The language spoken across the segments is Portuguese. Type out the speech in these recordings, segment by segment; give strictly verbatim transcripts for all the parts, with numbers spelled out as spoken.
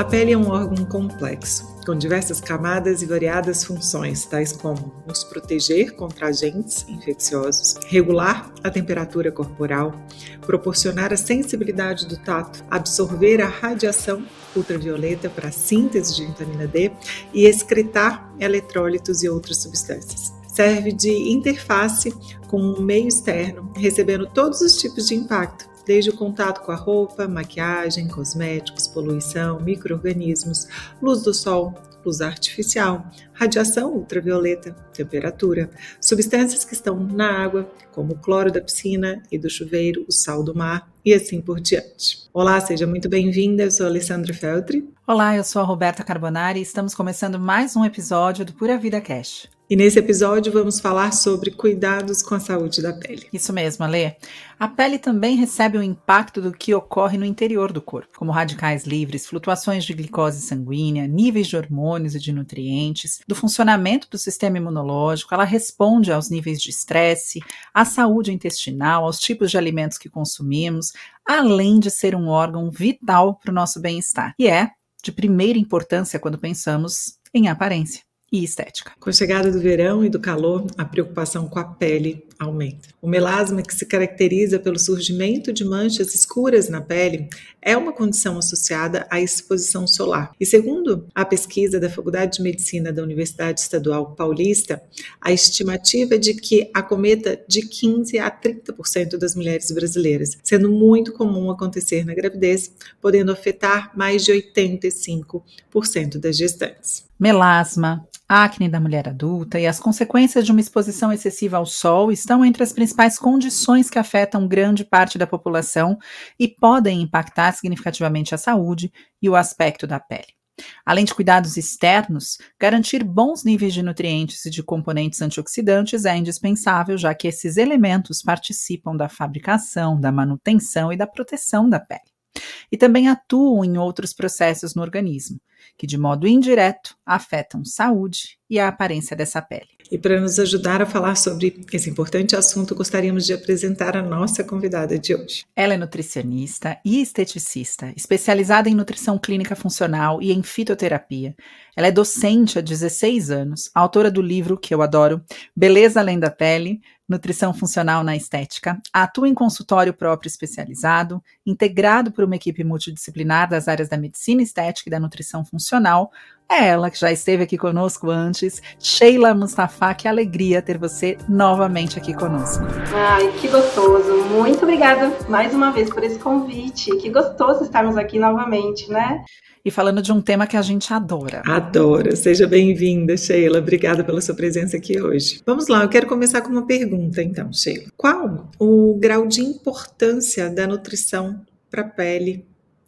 A pele é um órgão complexo, com diversas camadas e variadas funções, tais como nos proteger contra agentes infecciosos, regular a temperatura corporal, proporcionar a sensibilidade do tato, absorver a radiação ultravioleta para a síntese de vitamina D e excretar eletrólitos e outras substâncias. Serve de interface com o meio externo, recebendo todos os tipos de impacto, desde o contato com a roupa, maquiagem, cosméticos, poluição, micro-organismos, luz do sol, luz artificial, radiação ultravioleta, temperatura, substâncias que estão na água, como o cloro da piscina e do chuveiro, o sal do mar e assim por diante. Olá, seja muito bem-vinda, eu sou a Alessandra Feltri. Olá, eu sou a Roberta Carbonari e estamos começando mais um episódio do Pura Vida Cash. E nesse episódio vamos falar sobre cuidados com a saúde da pele. Isso mesmo, Alê. A pele também recebe o impacto do que ocorre no interior do corpo, como radicais livres, flutuações de glicose sanguínea, níveis de hormônios e de nutrientes, do funcionamento do sistema imunológico. Ela responde aos níveis de estresse, à saúde intestinal, aos tipos de alimentos que consumimos, além de ser um órgão vital para o nosso bem-estar. E é de primeira importância quando pensamos em aparência e estética. Com a chegada do verão e do calor, a preocupação com a pele aumenta. O melasma, que se caracteriza pelo surgimento de manchas escuras na pele, é uma condição associada à exposição solar. E segundo a pesquisa da Faculdade de Medicina da Universidade Estadual Paulista, a estimativa é de que acometa de quinze a trinta por cento das mulheres brasileiras, sendo muito comum acontecer na gravidez, podendo afetar mais de oitenta e cinco por cento das gestantes. Melasma, acne da mulher adulta e as consequências de uma exposição excessiva ao sol estão entre as principais condições que afetam grande parte da população e podem impactar significativamente a saúde e o aspecto da pele. Além de cuidados externos, garantir bons níveis de nutrientes e de componentes antioxidantes é indispensável, já que esses elementos participam da fabricação, da manutenção e da proteção da pele. E também atuam em outros processos no organismo, que de modo indireto afetam saúde e a aparência dessa pele. E para nos ajudar a falar sobre esse importante assunto, gostaríamos de apresentar a nossa convidada de hoje. Ela é nutricionista e esteticista, especializada em nutrição clínica funcional e em fitoterapia. Ela é docente há dezesseis anos, autora do livro, que eu adoro, Beleza Além da Pele, Nutrição Funcional na Estética, atua em consultório próprio especializado, integrado por uma equipe multidisciplinar das áreas da medicina estética e da nutrição funcional. É ela que já esteve aqui conosco antes, Sheila Mustafa, que alegria ter você novamente aqui conosco. Ai, que gostoso, muito obrigada mais uma vez por esse convite, que gostoso estarmos aqui novamente, né? E falando de um tema que a gente adora. Adora, seja bem-vinda, Sheila, obrigada pela sua presença aqui hoje. Vamos lá, eu quero começar com uma pergunta então, Sheila. Qual o grau de importância da nutrição para a pele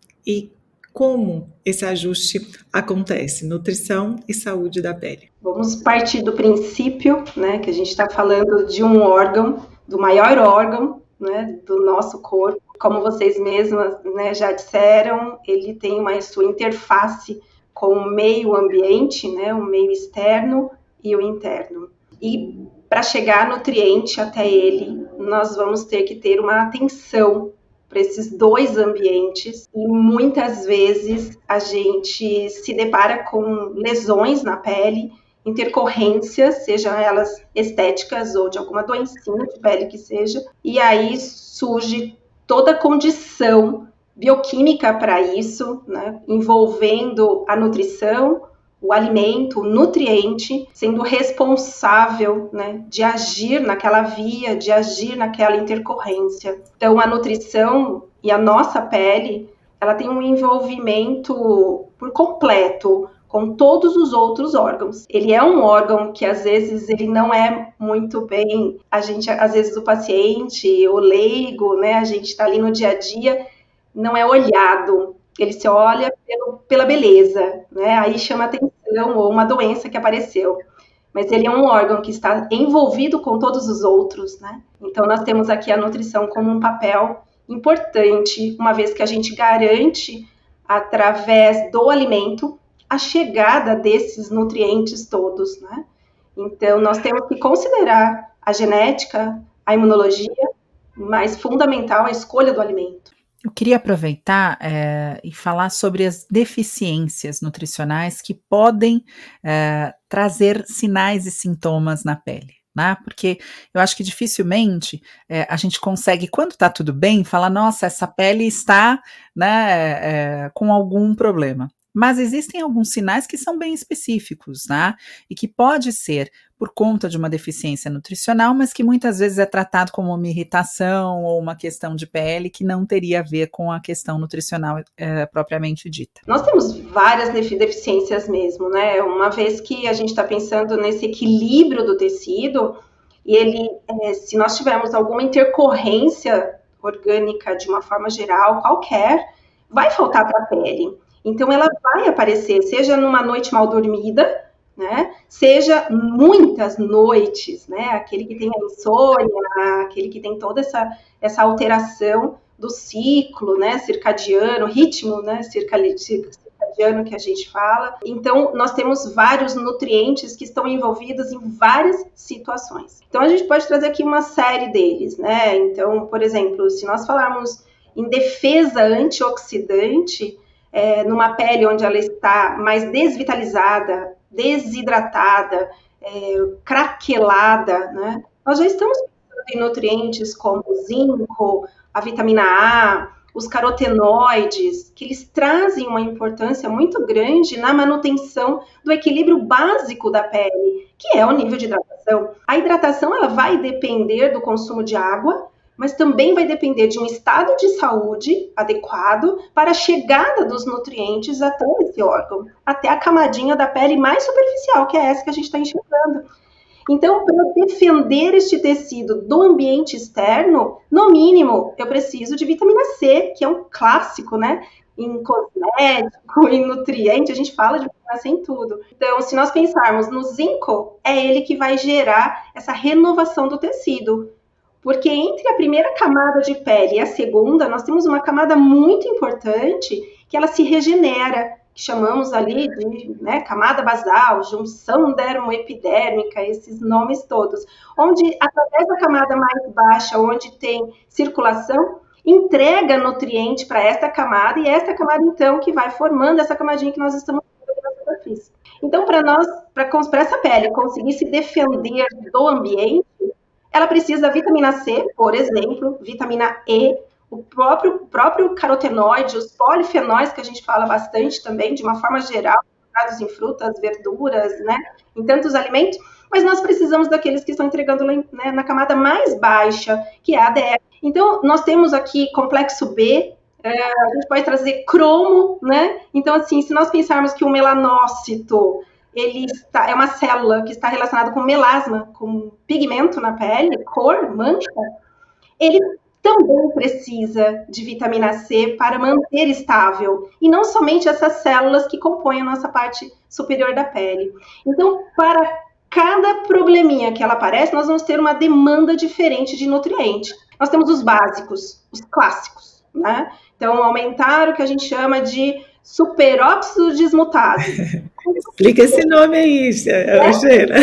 e como esse ajuste acontece, nutrição e saúde da pele? Vamos partir do princípio, né, que a gente está falando de um órgão, do maior órgão, né, do nosso corpo. Como vocês mesmas, né, já disseram, ele tem uma sua interface com o meio ambiente, né, o meio externo e o interno. E para chegar nutriente até ele, nós vamos ter que ter uma atenção para esses dois ambientes e muitas vezes a gente se depara com lesões na pele, intercorrências, sejam elas estéticas ou de alguma doencinha de pele que seja, e aí surge toda a condição bioquímica para isso, né, envolvendo a nutrição, o alimento, o nutriente, sendo responsável, né, de agir naquela via, de agir naquela intercorrência. Então, a nutrição e a nossa pele, ela tem um envolvimento por completo com todos os outros órgãos. Ele é um órgão que, às vezes, ele não é muito bem, a gente, às vezes, o paciente, o leigo, né, a gente está ali no dia a dia, não é olhado. Ele se olha pelo, pela beleza, né? Aí chama atenção ou uma doença que apareceu. Mas ele é um órgão que está envolvido com todos os outros, né? Então, nós temos aqui a nutrição como um papel importante, uma vez que a gente garante, através do alimento, a chegada desses nutrientes todos, né? Então, nós temos que considerar a genética, a imunologia, mas fundamental a escolha do alimento. Eu queria aproveitar é, e falar sobre as deficiências nutricionais que podem é, trazer sinais e sintomas na pele, né? Porque eu acho que dificilmente é, a gente consegue, quando está tudo bem, falar, nossa, essa pele está, né, é, com algum problema. Mas existem alguns sinais que são bem específicos, né? E que pode ser por conta de uma deficiência nutricional, mas que muitas vezes é tratado como uma irritação ou uma questão de pele que não teria a ver com a questão nutricional é, propriamente dita. Nós temos várias deficiências mesmo, né? Uma vez que a gente está pensando nesse equilíbrio do tecido, e ele, é, se nós tivermos alguma intercorrência orgânica de uma forma geral, qualquer, vai faltar para a pele. Então, ela vai aparecer, seja numa noite mal dormida, né? Seja muitas noites, né? Aquele que tem a insônia, aquele que tem toda essa, essa alteração do ciclo, né? Circadiano, ritmo, né? Circadiano que a gente fala. Então, nós temos vários nutrientes que estão envolvidos em várias situações. Então, a gente pode trazer aqui uma série deles, né? Então, por exemplo, se nós falarmos em defesa antioxidante, É, numa pele onde ela está mais desvitalizada, desidratada, é, craquelada, né? Nós já estamos pensando em nutrientes como o zinco, a vitamina A, os carotenoides, que eles trazem uma importância muito grande na manutenção do equilíbrio básico da pele, que é o nível de hidratação. A hidratação ela vai depender do consumo de água, mas também vai depender de um estado de saúde adequado para a chegada dos nutrientes até esse órgão, até a camadinha da pele mais superficial, que é essa que a gente está enxergando. Então, para defender este tecido do ambiente externo, no mínimo, eu preciso de vitamina C, que é um clássico, né? Em cosmético, em nutriente, a gente fala de vitamina C em tudo. Então, se nós pensarmos no zinco, é ele que vai gerar essa renovação do tecido. Porque entre a primeira camada de pele e a segunda, nós temos uma camada muito importante que ela se regenera, que chamamos ali de, né, camada basal, junção dermoepidérmica, esses nomes todos. Onde, através da camada mais baixa, onde tem circulação, entrega nutriente para esta camada, e esta camada, então, que vai formando essa camadinha que nós estamos vendo aqui na superfície. Então, para nós, para essa pele conseguir se defender do ambiente, ela precisa da vitamina C, por exemplo, vitamina E, o próprio, próprio carotenoide, os polifenóis, que a gente fala bastante também, de uma forma geral, encontrados em frutas, verduras, né, em tantos alimentos, mas nós precisamos daqueles que estão entregando, né, na camada mais baixa, que é a A D E. Então, nós temos aqui complexo B, é, a gente pode trazer cromo, né, então, assim, se nós pensarmos que o melanócito, ele está, é uma célula que está relacionada com melasma, com pigmento na pele, cor, mancha, ele também precisa de vitamina C para manter estável, e não somente essas células que compõem a nossa parte superior da pele. Então, para cada probleminha que ela aparece, nós vamos ter uma demanda diferente de nutriente. Nós temos os básicos, os clássicos, né? Então, aumentar o que a gente chama de superóxido dismutado. Explica esse nome aí, Eugênia.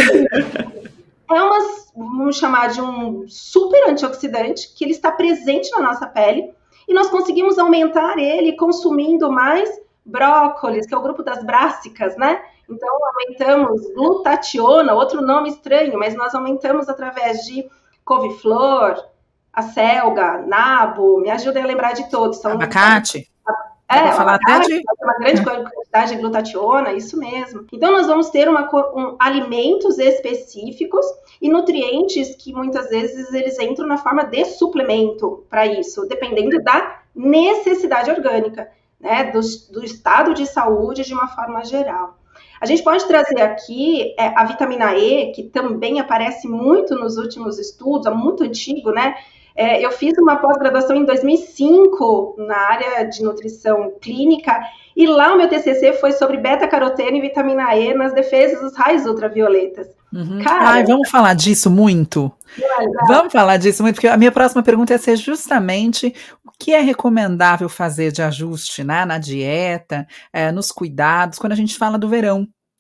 É uma, vamos chamar de um super antioxidante, que ele está presente na nossa pele, e nós conseguimos aumentar ele consumindo mais brócolis, que é o grupo das brássicas, né? Então, aumentamos glutationa, outro nome estranho, mas nós aumentamos através de couve-flor, acelga, nabo, me ajudem a lembrar de todos. São abacate. É, falar até de... uma grande quantidade de glutationa, isso mesmo. Então, nós vamos ter uma, um, alimentos específicos e nutrientes que muitas vezes eles entram na forma de suplemento para isso, dependendo da necessidade orgânica, né, do, do estado de saúde de uma forma geral. A gente pode trazer aqui é, a vitamina E, que também aparece muito nos últimos estudos, é muito antigo, né? É, eu fiz uma pós-graduação em dois mil e cinco na área de nutrição clínica, e lá o meu T C C foi sobre beta-caroteno e vitamina E nas defesas dos raios ultravioletas. Uhum. Cara, Ai, vamos falar disso muito? É, vamos falar disso muito, porque a minha próxima pergunta ia ser justamente o que é recomendável fazer de ajuste, né, na dieta, é, nos cuidados, quando a gente fala do verão.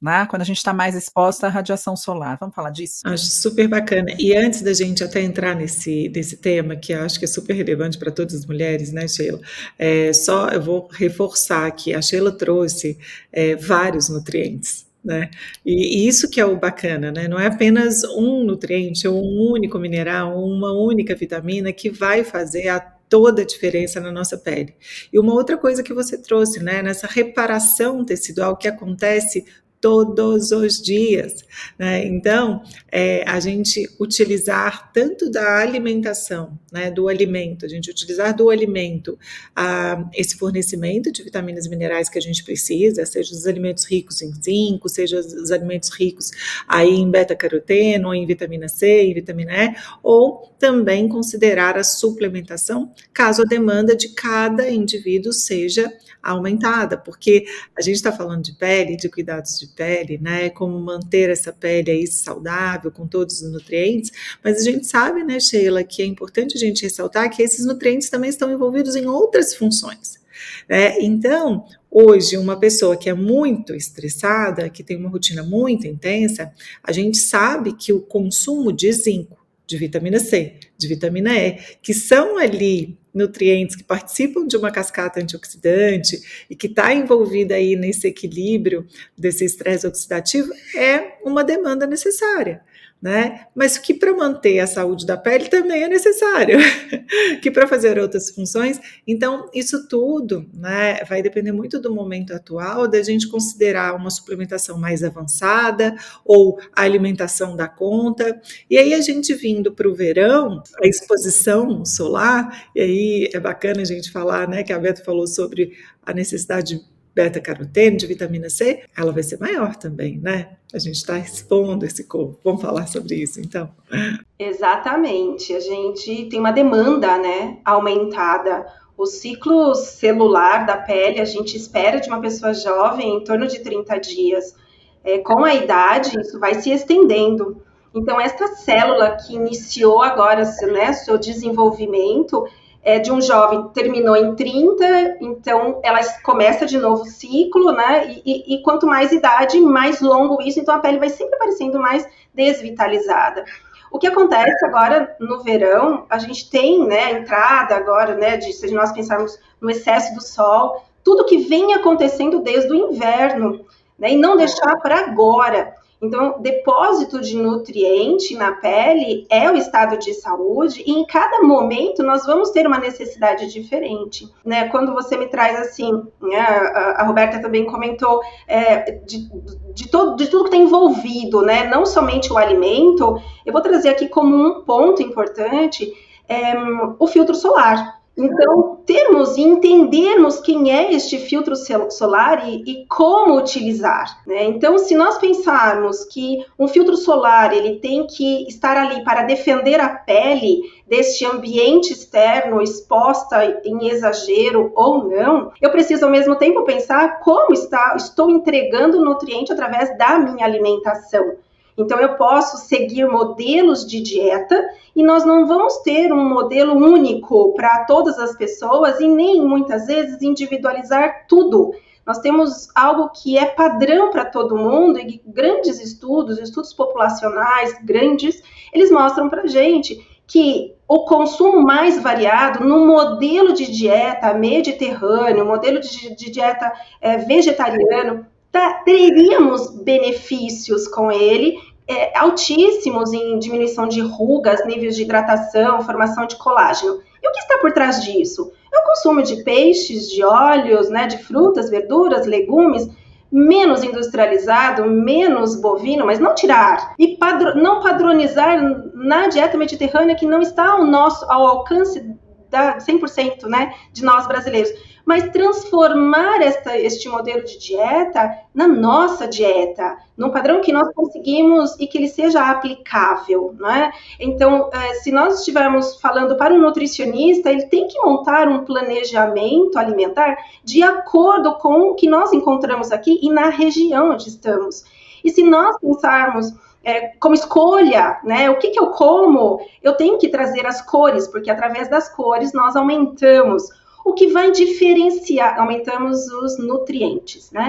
né? Quando a gente está mais exposta à radiação solar. Vamos falar disso? Acho super bacana. E antes da gente até entrar nesse, nesse tema, que eu acho que é super relevante para todas as mulheres, né, Sheila? É, só eu vou reforçar que a Sheila trouxe é, vários nutrientes. Né? E, e isso que é o bacana, né? Não é apenas um nutriente ou um único mineral ou uma única vitamina que vai fazer a toda a diferença na nossa pele. E uma outra coisa que você trouxe, né? Nessa reparação tecidual que acontece todos os dias, né? Então, é, a gente utilizar tanto da alimentação, né, do alimento, a gente utilizar do alimento a, esse fornecimento de vitaminas e minerais que a gente precisa, seja os alimentos ricos em zinco, seja os alimentos ricos aí em beta-caroteno, ou em vitamina C, em vitamina E, ou também considerar a suplementação, caso a demanda de cada indivíduo seja aumentada, porque a gente está falando de pele, de cuidados de pele, né, como manter essa pele aí saudável, com todos os nutrientes, mas a gente sabe, né, Sheila, que é importante a gente ressaltar que esses nutrientes também estão envolvidos em outras funções, né? Então, hoje, uma pessoa que é muito estressada, que tem uma rotina muito intensa, a gente sabe que o consumo de zinco, de vitamina C, de vitamina E, que são ali nutrientes que participam de uma cascata antioxidante e que está envolvida aí nesse equilíbrio desse estresse oxidativo, é uma demanda necessária, né? Mas que para manter a saúde da pele também é necessário, que para fazer outras funções. Então, isso tudo, né, vai depender muito do momento atual, da gente considerar uma suplementação mais avançada ou a alimentação da conta. E aí a gente vindo para o verão, a exposição solar, e aí é bacana a gente falar, né, que a Beto falou sobre a necessidade de beta-caroteno, de vitamina C, ela vai ser maior também, né? A gente está expondo esse corpo. Vamos falar sobre isso, então? Exatamente. A gente tem uma demanda, né, aumentada. O ciclo celular da pele, a gente espera de uma pessoa jovem em torno de trinta dias. É, com a idade, isso vai se estendendo. Então, esta célula que iniciou agora, né, seu desenvolvimento, é, de um jovem terminou em trinta, então ela começa de novo o ciclo, né? E, e, e quanto mais idade, mais longo isso, então a pele vai sempre parecendo mais desvitalizada. O que acontece agora no verão, a gente tem, né, a entrada agora, né, de, se nós pensarmos no excesso do sol, tudo que vem acontecendo desde o inverno, né, e não deixar para agora. Então, depósito de nutriente na pele é o estado de saúde e em cada momento nós vamos ter uma necessidade diferente, né? Quando você me traz assim, né, a, a Roberta também comentou é, de, de, todo, de tudo que está envolvido, né? Não somente o alimento, eu vou trazer aqui como um ponto importante é, o filtro solar. Então, termos e entendermos quem é este filtro solar e, e como utilizar, né? Então, se nós pensarmos que um filtro solar ele tem que estar ali para defender a pele deste ambiente externo exposta em exagero ou não, eu preciso ao mesmo tempo pensar como está, estou entregando nutriente através da minha alimentação. Então, eu posso seguir modelos de dieta e nós não vamos ter um modelo único para todas as pessoas e nem, muitas vezes, individualizar tudo. Nós temos algo que é padrão para todo mundo e grandes estudos, estudos populacionais grandes, eles mostram para a gente que o consumo mais variado no modelo de dieta mediterrâneo, modelo de, de dieta é, vegetariano, Tá, teríamos benefícios com ele, é, altíssimos em diminuição de rugas, níveis de hidratação, formação de colágeno. E o que está por trás disso? É o consumo de peixes, de óleos, né, de frutas, verduras, legumes, menos industrializado, menos bovino, mas não tirar. E padro, não padronizar na dieta mediterrânea que não está ao, nosso, ao alcance da cem por cento, né, de nós brasileiros. Mas transformar esta, este modelo de dieta na nossa dieta, num padrão que nós conseguimos e que ele seja aplicável, né? Então, se nós estivermos falando para um nutricionista, ele tem que montar um planejamento alimentar de acordo com o que nós encontramos aqui e na região onde estamos. E se nós pensarmos É, como escolha, né? O que, que eu como? Eu tenho que trazer as cores, porque através das cores nós aumentamos o que vai diferenciar, aumentamos os nutrientes, né?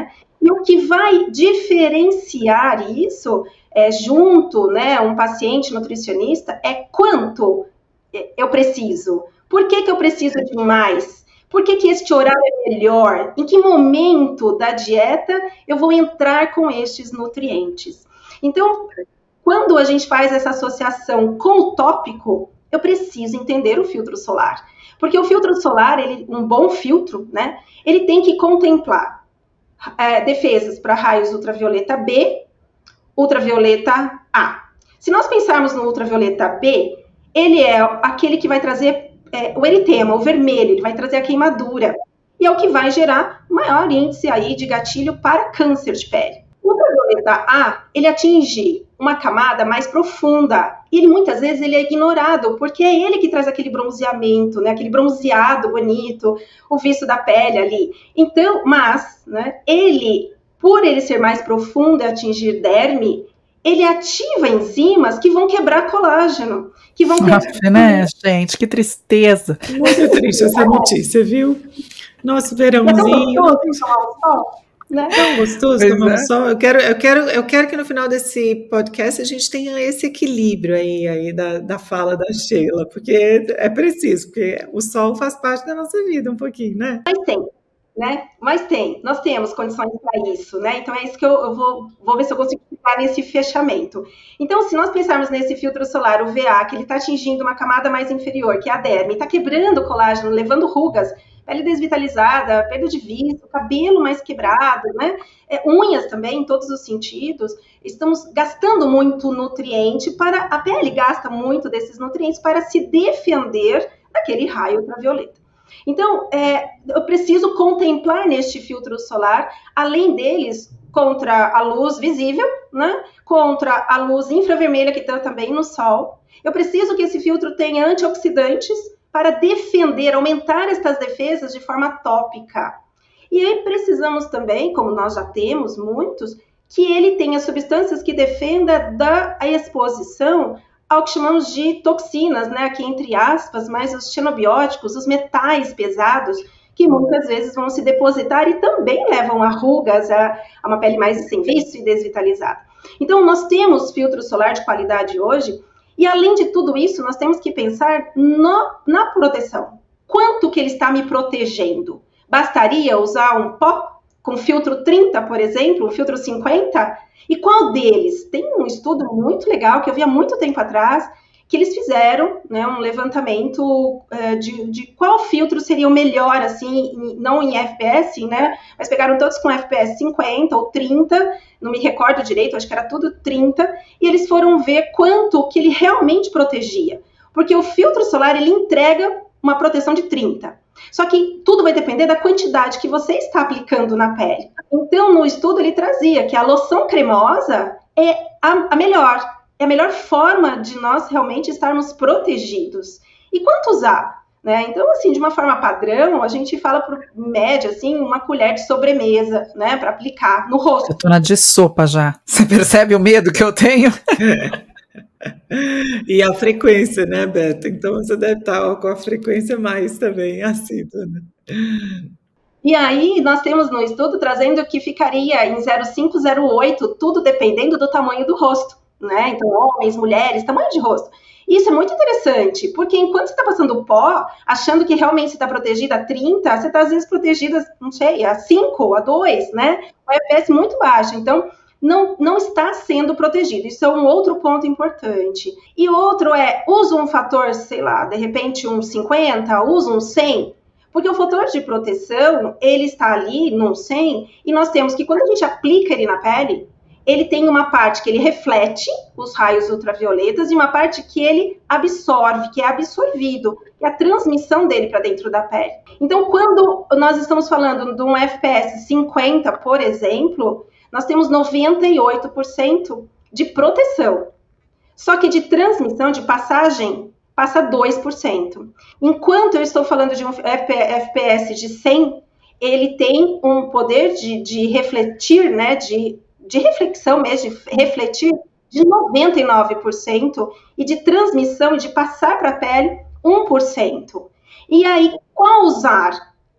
E o que vai diferenciar isso, é, junto, né, um paciente nutricionista, é quanto eu preciso. Por que que eu preciso de mais? Por que que este horário é melhor? Em que momento da dieta eu vou entrar com estes nutrientes? Então, quando a gente faz essa associação com o tópico, eu preciso entender o filtro solar. Porque o filtro solar, ele, um bom filtro, né, ele tem que contemplar é, defesas para raios ultravioleta B, ultravioleta A. Se nós pensarmos no ultravioleta B, ele é aquele que vai trazer é, o eritema, o vermelho, ele vai trazer a queimadura. E é o que vai gerar maior índice aí de gatilho para câncer de pele. O ultravioleta A, ele atinge uma camada mais profunda. E ele, muitas vezes ele é ignorado, porque é ele que traz aquele bronzeamento, né? Aquele bronzeado bonito, o viço da pele ali. Então, mas, né, ele, por ele ser mais profundo e atingir derme, ele ativa enzimas que vão quebrar colágeno. Que vão quebrar... Nossa, né, gente? Que tristeza. Muito triste essa notícia, viu? Nosso verãozinho. É tão gostoso tomar um sol, né? Tão gostoso Pois tomar um é. sol. Eu quero, eu, quero, eu quero que no final desse podcast a gente tenha esse equilíbrio aí, aí da, da fala da Sheila, porque é preciso, porque o sol faz parte da nossa vida um pouquinho, né? Mas tem, né? Mas tem. Nós temos condições para isso, né? Então é isso que eu, eu vou, vou ver se eu consigo ficar nesse fechamento. Então, se nós pensarmos nesse filtro solar, o V A, que ele está atingindo uma camada mais inferior, que é a derme, está quebrando o colágeno, levando rugas, pele desvitalizada, perda de vista, cabelo mais quebrado, né? É, unhas também, em todos os sentidos. Estamos gastando muito nutriente para... A pele gasta muito desses nutrientes para se defender daquele raio ultravioleta. Então, é, eu preciso contemplar neste filtro solar, além deles, contra a luz visível, né? Contra a luz infravermelha que está também no sol. Eu preciso que esse filtro tenha antioxidantes para defender, aumentar estas defesas de forma tópica. E aí precisamos também, como nós já temos muitos, que ele tenha substâncias que defenda da exposição ao que chamamos de toxinas, né? Aqui entre aspas, mas os xenobióticos, os metais pesados, que muitas vezes vão se depositar e também levam a rugas, a, a uma pele mais sem vício e desvitalizada. Então, nós temos filtro solar de qualidade hoje, e além de tudo isso, nós temos que pensar no, na proteção. Quanto que ele está me protegendo? Bastaria usar um pó com filtro trinta, por exemplo, um filtro cinquenta? E qual deles? Tem um estudo muito legal que eu vi há muito tempo atrás, que eles fizeram, né, um levantamento uh, de, de qual filtro seria o melhor, assim, não em F P S, né, mas pegaram todos com F P S cinquenta ou trinta, não me recordo direito, acho que era tudo trinta, e eles foram ver quanto que ele realmente protegia. Porque o filtro solar, ele entrega uma proteção de trinta. Só que tudo vai depender da quantidade que você está aplicando na pele. Então, no estudo, ele trazia que a loção cremosa é a, a melhor. É a melhor forma de nós realmente estarmos protegidos. E quanto usar? Né? Então, assim, de uma forma padrão, a gente fala por média, assim, uma colher de sobremesa, né, para aplicar no rosto. Eu tô na de sopa já. Você percebe o medo que eu tenho? E a frequência, né, Beto? Então, você deve estar com a frequência mais também assídua, né? E aí, nós temos no estudo trazendo que ficaria em zero vírgula cinco, zero vírgula oito, tudo dependendo do tamanho do rosto. Né? Então, homens, mulheres, tamanho de rosto. Isso é muito interessante, porque enquanto você está passando pó, achando que realmente você está protegida a trinta, você está às vezes protegida, não sei, a cinco, a dois, né? O F P S muito baixo, então não, não está sendo protegido. Isso é um outro ponto importante. E outro é, usa um fator, sei lá, de repente um cinquenta, usa um cem, porque o fator de proteção, ele está ali num cem, e nós temos que, quando a gente aplica ele na pele, ele tem uma parte que ele reflete os raios ultravioletas e uma parte que ele absorve, que é absorvido, que é a transmissão dele para dentro da pele. Então, quando nós estamos falando de um F P S cinquenta, por exemplo, nós temos noventa e oito por cento de proteção. Só que de transmissão, de passagem, passa dois por cento. Enquanto eu estou falando de um F P S de cem, ele tem um poder de, de refletir, né, de de reflexão mesmo, de refletir, de noventa e nove por cento, e de transmissão, de passar para a pele, um por cento. E aí, qual usar?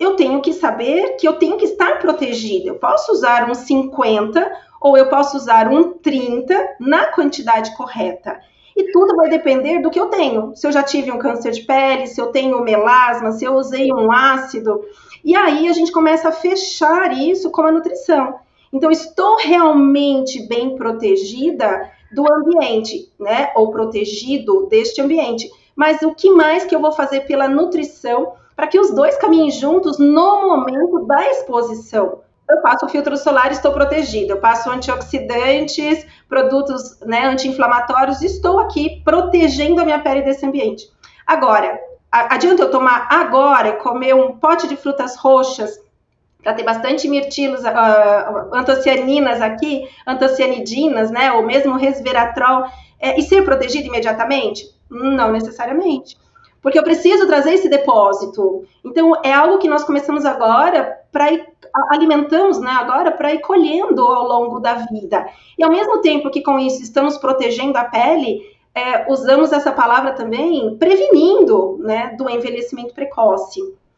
eu tenho que saber que eu tenho que estar protegida. Eu posso usar um cinquenta ou eu posso usar um trinta na quantidade correta. E tudo vai depender do que eu tenho. Se eu já tive um câncer de pele, se eu tenho melasma, se eu usei um ácido. E aí a gente começa a fechar isso com a nutrição. Então, estou realmente bem protegida do ambiente, né? Ou protegido deste ambiente. Mas o que mais que eu vou fazer pela nutrição para que os dois caminhem juntos no momento da exposição? Eu passo o filtro solar e estou protegida. Eu passo antioxidantes, produtos, né, anti-inflamatórios, e estou aqui protegendo a minha pele desse ambiente. Agora, adianta eu tomar agora e comer um pote de frutas roxas para ter bastante mirtilos, uh, antocianinas aqui, antocianidinas, né, ou mesmo resveratrol, é, e ser protegido imediatamente? Não necessariamente. Porque eu preciso trazer esse depósito. Então, é algo que nós começamos agora para ir, alimentamos, né, agora para ir colhendo ao longo da vida. E ao mesmo tempo que com isso estamos protegendo a pele, é, usamos essa palavra também prevenindo, né, do envelhecimento precoce.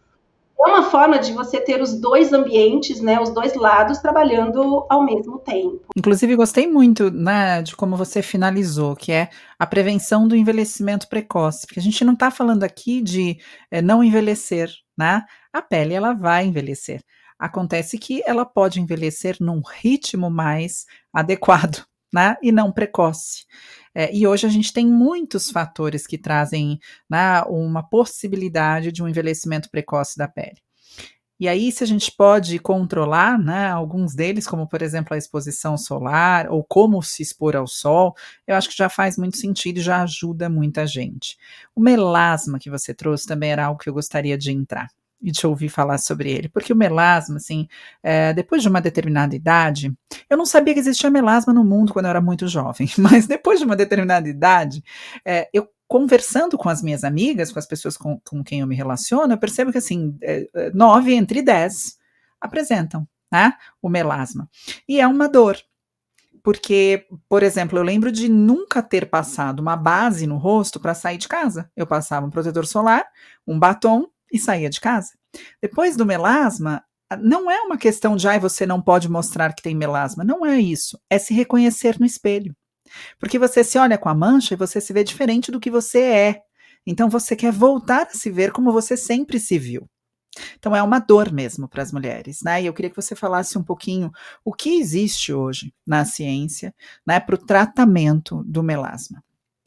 É uma forma de você ter os dois ambientes, né, os dois lados trabalhando ao mesmo tempo. Inclusive, gostei muito, né, de como você finalizou, que é a prevenção do envelhecimento precoce, porque a gente não está falando aqui de é, não envelhecer, né? A pele, ela vai envelhecer. Acontece que ela pode envelhecer num ritmo mais adequado, né, e não precoce. É, e hoje a gente tem muitos fatores que trazem, né, uma possibilidade de um envelhecimento precoce da pele. E aí, se a gente pode controlar, né, alguns deles, como por exemplo a exposição solar, ou como se expor ao sol, eu acho que já faz muito sentido e já ajuda muita gente. O melasma que você trouxe também era algo que eu gostaria de entrar e te ouvir falar sobre ele, porque o melasma, assim, é, depois de uma determinada idade, eu não sabia que existia melasma no mundo quando eu era muito jovem, mas depois de uma determinada idade, é, eu conversando com as minhas amigas, com as pessoas com, com quem eu me relaciono, eu percebo que, assim, é, nove entre dez apresentam, né, o melasma. E é uma dor, porque, por exemplo, eu lembro de nunca ter passado uma base no rosto para sair de casa. Eu passava um protetor solar, um batom, e saía de casa. Depois do melasma, não é uma questão de, ai, você não pode mostrar que tem melasma. Não é isso. É se reconhecer no espelho. Porque você se olha com a mancha e você se vê diferente do que você é. Então você quer voltar a se ver como você sempre se viu. Então é uma dor mesmo para as mulheres, né? E eu queria que você falasse um pouquinho o que existe hoje na ciência, né, para o tratamento do melasma.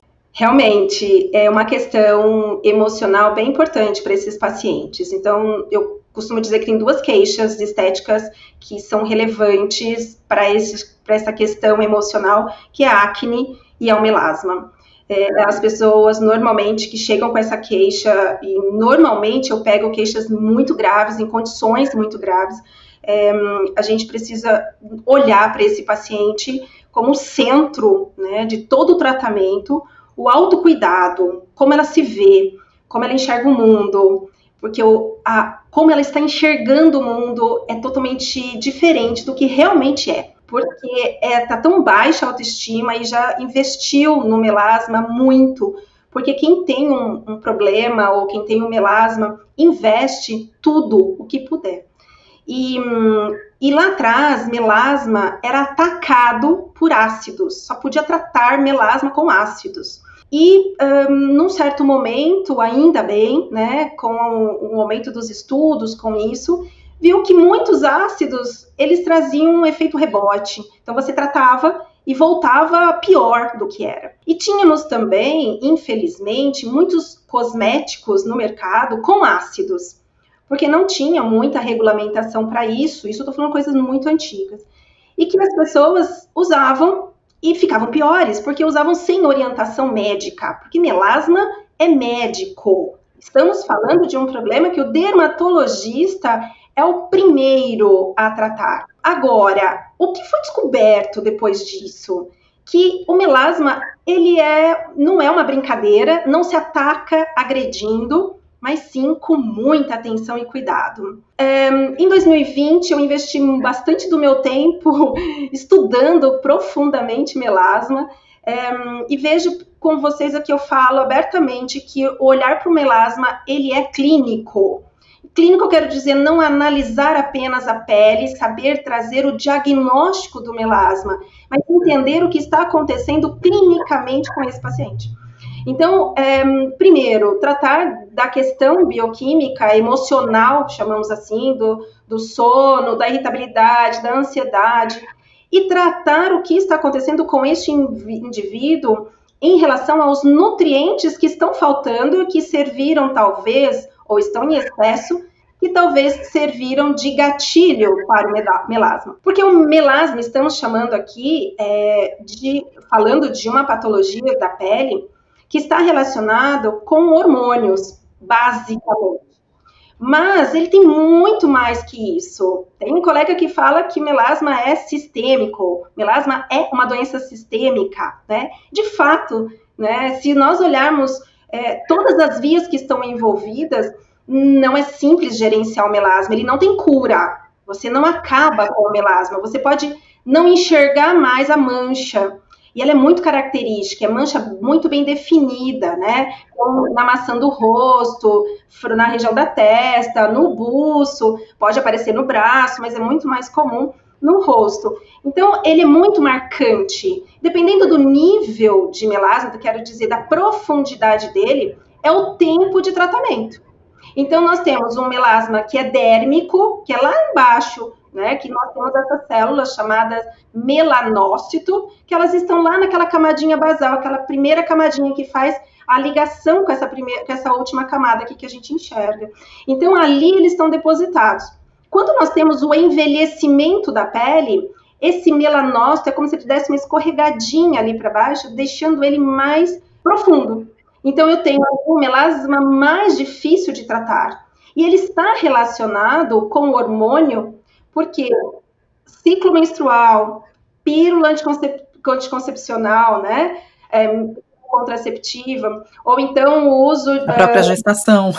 Realmente, é uma questão emocional bem importante para esses pacientes. Então, eu costumo dizer que tem duas queixas estéticas que são relevantes para essa questão emocional, que é a acne e é o melasma. É, as pessoas, normalmente, que chegam com essa queixa, e normalmente eu pego queixas muito graves, em condições muito graves, é, a gente precisa olhar para esse paciente como centro, né, de todo o tratamento, o autocuidado, como ela se vê, como ela enxerga o mundo, porque o, a, como ela está enxergando o mundo é totalmente diferente do que realmente é, porque está é, tão baixa a autoestima e já investiu no melasma muito, porque quem tem um, um problema ou quem tem um melasma investe tudo o que puder. E, e lá atrás, melasma era atacado por ácidos, só podia tratar melasma com ácidos. E, um, num certo momento, ainda bem, né, com o aumento dos estudos com isso, viu que muitos ácidos, eles traziam um efeito rebote. Então, você tratava e voltava pior do que era. E tínhamos também, infelizmente, muitos cosméticos no mercado com ácidos, porque não tinha muita regulamentação para isso, isso eu estou falando coisas muito antigas, e que as pessoas usavam e ficavam piores, porque usavam sem orientação médica, porque melasma é médico. Estamos falando de um problema que o dermatologista é o primeiro a tratar. Agora, o que foi descoberto depois disso? Que o melasma, ele é, não é uma brincadeira, não se ataca agredindo, mas sim com muita atenção e cuidado. Um, em dois mil e vinte, eu investi bastante do meu tempo estudando profundamente melasma, um, e vejo com vocês aqui, eu falo abertamente que o olhar para o melasma, ele é clínico. Clínico, eu quero dizer, não analisar apenas a pele, saber trazer o diagnóstico do melasma, mas entender o que está acontecendo clinicamente com esse paciente. Então, é, primeiro, tratar da questão bioquímica, emocional, chamamos assim, do, do sono, da irritabilidade, da ansiedade, e tratar o que está acontecendo com este indivíduo em relação aos nutrientes que estão faltando e que serviram, talvez, ou estão em excesso, que talvez serviram de gatilho para o melasma. Porque o melasma, estamos chamando aqui, é, de, falando de uma patologia da pele, que está relacionado com hormônios, basicamente. Mas ele tem muito mais que isso. Tem um colega que fala que melasma é sistêmico, melasma é uma doença sistêmica, né? De fato, né, se nós olharmos é, todas as vias que estão envolvidas, não é simples gerenciar o melasma, ele não tem cura, você não acaba com o melasma, você pode não enxergar mais a mancha, e ela é muito característica, é mancha muito bem definida, né? Na maçã do rosto, na região da testa, no buço, pode aparecer no braço, mas é muito mais comum no rosto. Então, ele é muito marcante. Dependendo do nível de melasma, quero dizer, da profundidade dele, é o tempo de tratamento. Então, nós temos um melasma que é dérmico, que é lá embaixo, né, que nós temos essas células chamadas melanócito, que elas estão lá naquela camadinha basal, aquela primeira camadinha que faz a ligação com essa, primeira, com essa última camada aqui que a gente enxerga. Então, ali eles estão depositados. Quando nós temos o envelhecimento da pele, esse melanócito é como se ele desse uma escorregadinha ali para baixo, deixando ele mais profundo. Então, eu tenho um melasma mais difícil de tratar. E ele está relacionado com o hormônio, porque ciclo menstrual, pílula anticoncep anticoncepcional, né, é, contraceptiva, ou então o uso... A própria uh, gestação.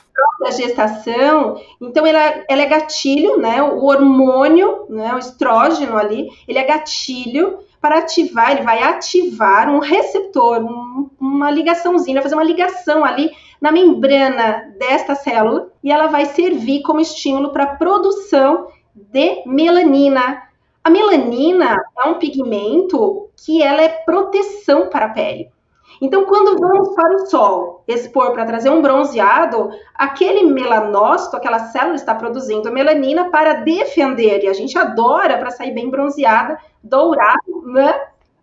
A própria gestação, então ela, ela é gatilho, né, o hormônio, né, o estrógeno ali, ele é gatilho para ativar, ele vai ativar um receptor, um, uma ligaçãozinha, vai fazer uma ligação ali na membrana desta célula, e ela vai servir como estímulo para a produção de melanina. A melanina é um pigmento que ela é proteção para a pele. Então, quando vamos para o sol, expor para trazer um bronzeado, aquele melanócito, aquela célula está produzindo melanina para defender, e a gente adora para sair bem bronzeada, dourado, né?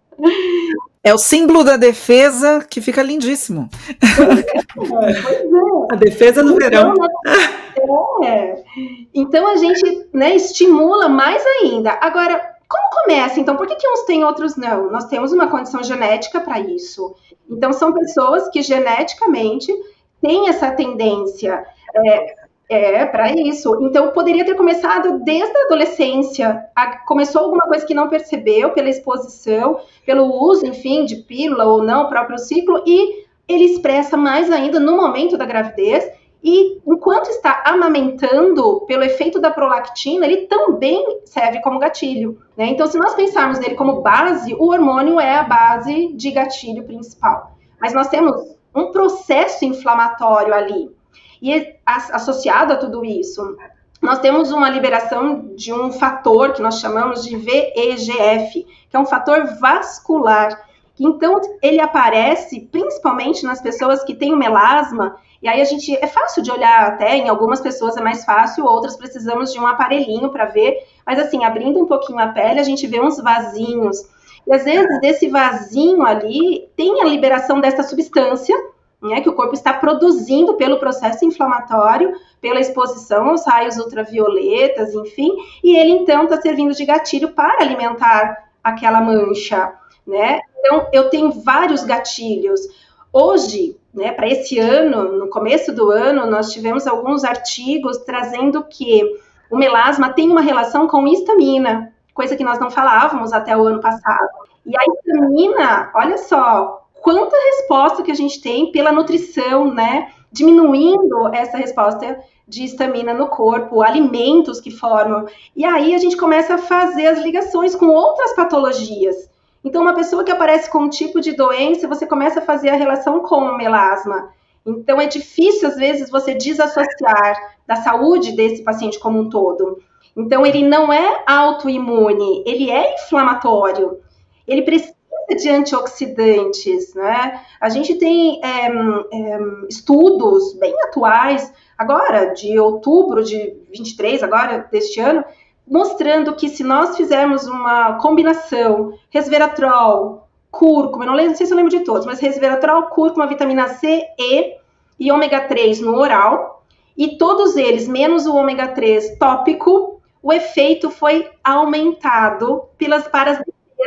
É o símbolo da defesa que fica lindíssimo. Pois é, pois é. A defesa do verão. É. Então a gente, né, estimula mais ainda. Agora, como começa? Então, por que, que uns têm e outros não? Nós temos uma condição genética para isso. Então, são pessoas que geneticamente têm essa tendência é, é, para isso. Então, poderia ter começado desde a adolescência. A, começou alguma coisa que não percebeu pela exposição, pelo uso, enfim, de pílula ou não, o próprio ciclo, e ele expressa mais ainda no momento da gravidez. E enquanto está amamentando, pelo efeito da prolactina, ele também serve como gatilho, né? Então, se nós pensarmos nele como base, o hormônio é a base de gatilho principal. Mas nós temos um processo inflamatório ali. E associado a tudo isso, nós temos uma liberação de um fator que nós chamamos de V E G F, que é um fator vascular. Então, ele aparece principalmente nas pessoas que têm o melasma. E aí a gente, é fácil de olhar até, em algumas pessoas é mais fácil, outras precisamos de um aparelhinho para ver, mas assim, abrindo um pouquinho a pele, a gente vê uns vasinhos, e às vezes desse vasinho ali, tem a liberação dessa substância, né, que o corpo está produzindo pelo processo inflamatório, pela exposição aos raios ultravioletas, enfim, e ele então está servindo de gatilho para alimentar aquela mancha, né? Então, eu tenho vários gatilhos. Hoje, né, para esse ano, no começo do ano, nós tivemos alguns artigos trazendo que o melasma tem uma relação com histamina, coisa que nós não falávamos até o ano passado. E a histamina, olha só, quanta resposta que a gente tem pela nutrição, né, diminuindo essa resposta de histamina no corpo, alimentos que formam. E aí a gente começa a fazer as ligações com outras patologias. Então, uma pessoa que aparece com um tipo de doença, você começa a fazer a relação com o melasma. Então, é difícil, às vezes, você desassociar da saúde desse paciente como um todo. Então, ele não é autoimune, ele é inflamatório. Ele precisa de antioxidantes, né? A gente tem é, é, estudos bem atuais, agora, de outubro de vinte e três, agora, deste ano, mostrando que se nós fizermos uma combinação resveratrol, cúrcuma, não, não sei se eu lembro de todos, mas resveratrol, cúrcuma, vitamina C, E e ômega três no oral, e todos eles, menos o ômega três tópico, o efeito foi aumentado pelas para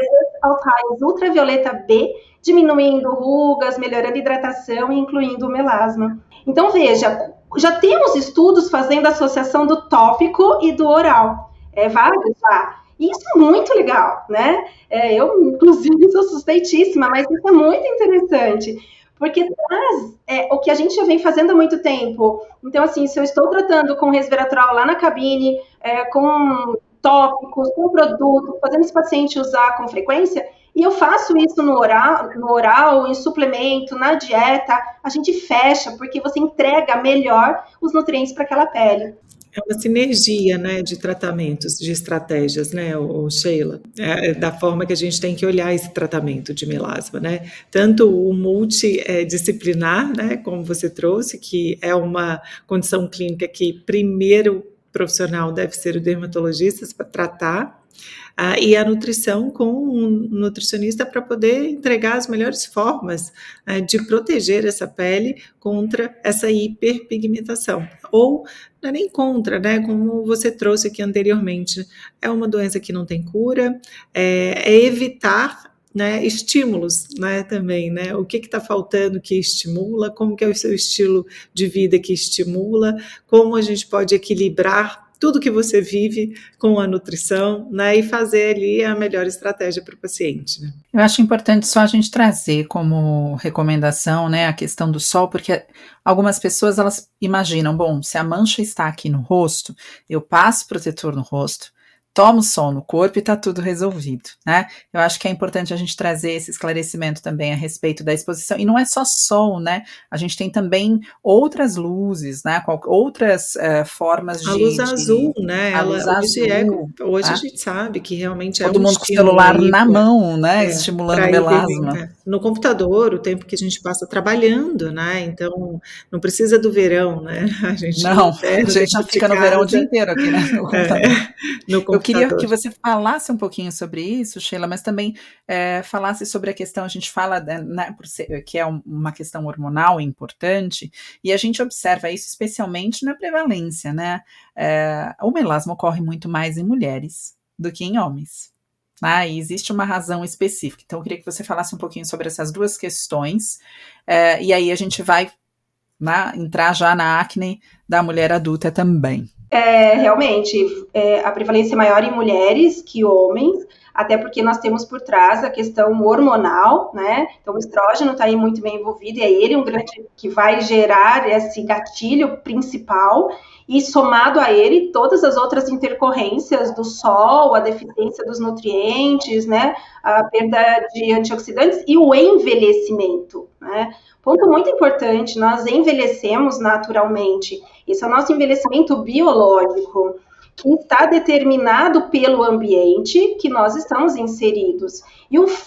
aos raios ultravioleta B, diminuindo rugas, melhorando a hidratação e incluindo o melasma. Então, veja, já temos estudos fazendo associação do tópico e do oral. É válido já. E isso é muito legal, né? É, eu, inclusive, sou suspeitíssima, mas isso é muito interessante, porque traz é, o que a gente já vem fazendo há muito tempo. Então, assim, se eu estou tratando com resveratrol lá na cabine, é, com tópicos, com produto, fazendo esse paciente usar com frequência, e eu faço isso no oral, no oral, em suplemento, na dieta, a gente fecha, porque você entrega melhor os nutrientes para aquela pele. É uma sinergia, né, de tratamentos, de estratégias, né, o Sheila, é, da forma que a gente tem que olhar esse tratamento de melasma, né, tanto o multidisciplinar, né, como você trouxe, que é uma condição clínica que primeiro profissional deve ser o dermatologista para tratar, uh, e a nutrição com um nutricionista para poder entregar as melhores formas uh, de proteger essa pele contra essa hiperpigmentação. Ou não é nem contra, né? Como você trouxe aqui anteriormente, é uma doença que não tem cura, é, é evitar, né, estímulos, né, também, né, o que está faltando que estimula, como que é o seu estilo de vida que estimula, como a gente pode equilibrar tudo que você vive com a nutrição, né, e fazer ali a melhor estratégia para o paciente, né. Eu acho importante só a gente trazer como recomendação, né, a questão do sol, porque algumas pessoas, elas imaginam, bom, se a mancha está aqui no rosto, eu passo protetor no rosto, tomo sol no corpo e está tudo resolvido, né? Eu acho que é importante a gente trazer esse esclarecimento também a respeito da exposição, e não é só sol, né? A gente tem também outras luzes, né? Outras uh, formas de... A luz de, azul, né? A Ela, luz hoje azul, é, hoje tá? a gente sabe que realmente Todo é um mundo com o celular aí, na mão, né? É, estimulando o melasma. No computador, o tempo que a gente passa trabalhando, né? Então, não precisa do verão, né? A gente não, é, a gente já fica no verão o dia inteiro aqui, né? No computador. É, no computador. Eu queria que você falasse um pouquinho sobre isso, Sheila, mas também é, falasse sobre a questão, a gente fala, né, por ser, que é uma questão hormonal importante, e a gente observa isso especialmente na prevalência, né? É, o melasma ocorre muito mais em mulheres do que em homens. Ah, e existe uma razão específica. Então, eu queria que você falasse um pouquinho sobre essas duas questões, é, e aí a gente vai, né, entrar já na acne da mulher adulta também. É, realmente, é, a prevalência é maior em mulheres que homens, até porque nós temos por trás a questão hormonal, né? Então, o estrógeno está aí muito bem envolvido, e é ele um grande que vai gerar esse gatilho principal, e somado a ele, todas as outras intercorrências do sol, a deficiência dos nutrientes, né? A perda de antioxidantes e o envelhecimento, né? Ponto muito importante, nós envelhecemos naturalmente. Esse é o nosso envelhecimento biológico, que está determinado pelo ambiente que nós estamos inseridos. E o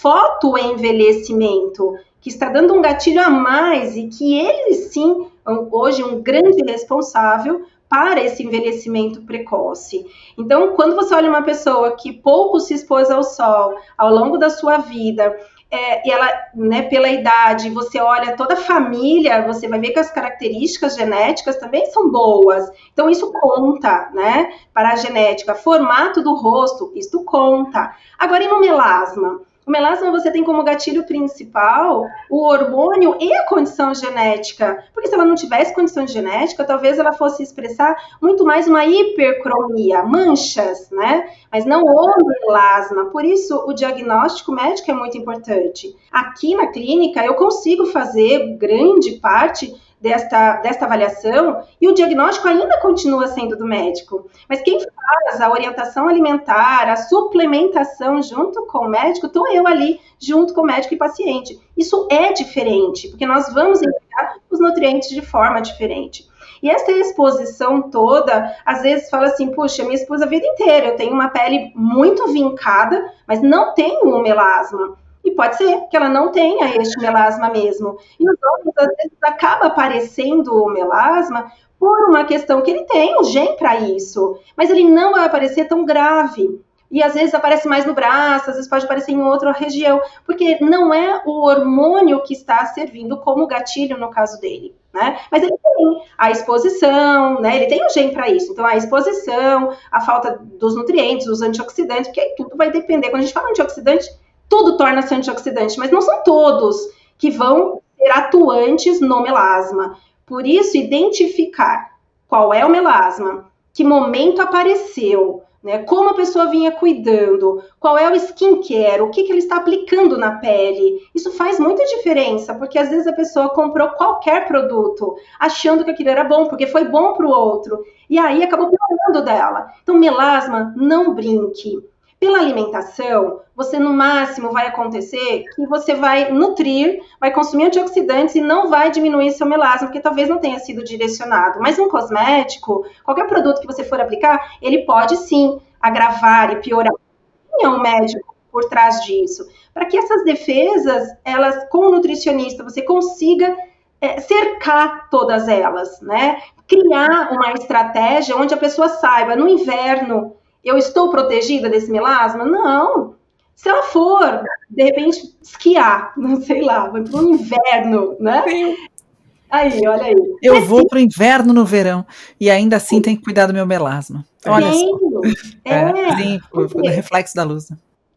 fotoenvelhecimento, que está dando um gatilho a mais, e que ele sim, hoje, é um grande responsável para esse envelhecimento precoce. Então, quando você olha uma pessoa que pouco se expôs ao sol ao longo da sua vida, É, e ela, né, pela idade, você olha toda a família, você vai ver que as características genéticas também são boas. Então, isso conta, né, para a genética. Formato do rosto, isso conta. Agora, e no melasma? O melasma você tem como gatilho principal o hormônio e a condição genética. Porque se ela não tivesse condição genética, talvez ela fosse expressar muito mais uma hipercromia, manchas, né? Mas não o melasma. Por isso, o diagnóstico médico é muito importante. Aqui na clínica, eu consigo fazer grande parte Desta, desta avaliação, e o diagnóstico ainda continua sendo do médico. Mas quem faz a orientação alimentar, a suplementação junto com o médico, estou eu ali, junto com o médico e paciente. Isso é diferente, porque nós vamos entregar os nutrientes de forma diferente. E essa exposição toda, às vezes fala assim, puxa, minha esposa a vida inteira, eu tenho uma pele muito vincada, mas não tenho um melasma. E pode ser que ela não tenha este melasma mesmo. E os homens, às vezes, acaba aparecendo o melasma por uma questão que ele tem um gene para isso, mas ele não vai aparecer tão grave. E às vezes aparece mais no braço, às vezes pode aparecer em outra região, porque não é o hormônio que está servindo como gatilho no caso dele, né? Mas ele tem a exposição, né? Ele tem um gene para isso. Então a exposição, a falta dos nutrientes, os antioxidantes, porque aí tudo vai depender. Quando a gente fala antioxidante, tudo torna-se antioxidante, mas não são todos que vão ser atuantes no melasma. Por isso, identificar qual é o melasma, que momento apareceu, né? Como a pessoa vinha cuidando, qual é o skincare, o que, que ele está aplicando na pele. Isso faz muita diferença, porque às vezes a pessoa comprou qualquer produto, achando que aquilo era bom, porque foi bom para o outro, e aí acabou piorando dela. Então, melasma, não brinque. Pela alimentação, você no máximo vai acontecer que você vai nutrir, vai consumir antioxidantes e não vai diminuir seu melasma, porque talvez não tenha sido direcionado. Mas um cosmético, qualquer produto que você for aplicar, ele pode sim agravar e piorar. Tem um médico por trás disso, para que essas defesas, elas, com o nutricionista, você consiga é, cercar todas elas, né? Criar uma estratégia onde a pessoa saiba, no inverno, eu estou protegida desse melasma? Não. Se ela for, de repente, esquiar, não sei lá, vai para o inverno, né? Sim. Aí, olha aí. Eu Mas, vou para o inverno no verão e ainda assim sim. tenho que cuidar do meu melasma. Olha sim. só. É, é. Sim, o reflexo da luz.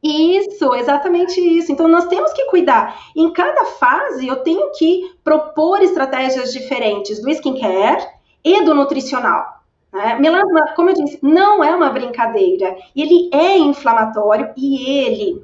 Isso, exatamente isso. Então, nós temos que cuidar. Em cada fase, eu tenho que propor estratégias diferentes do skincare e do nutricional. Né? Melasma, como eu disse, não é uma brincadeira. Ele é inflamatório e ele,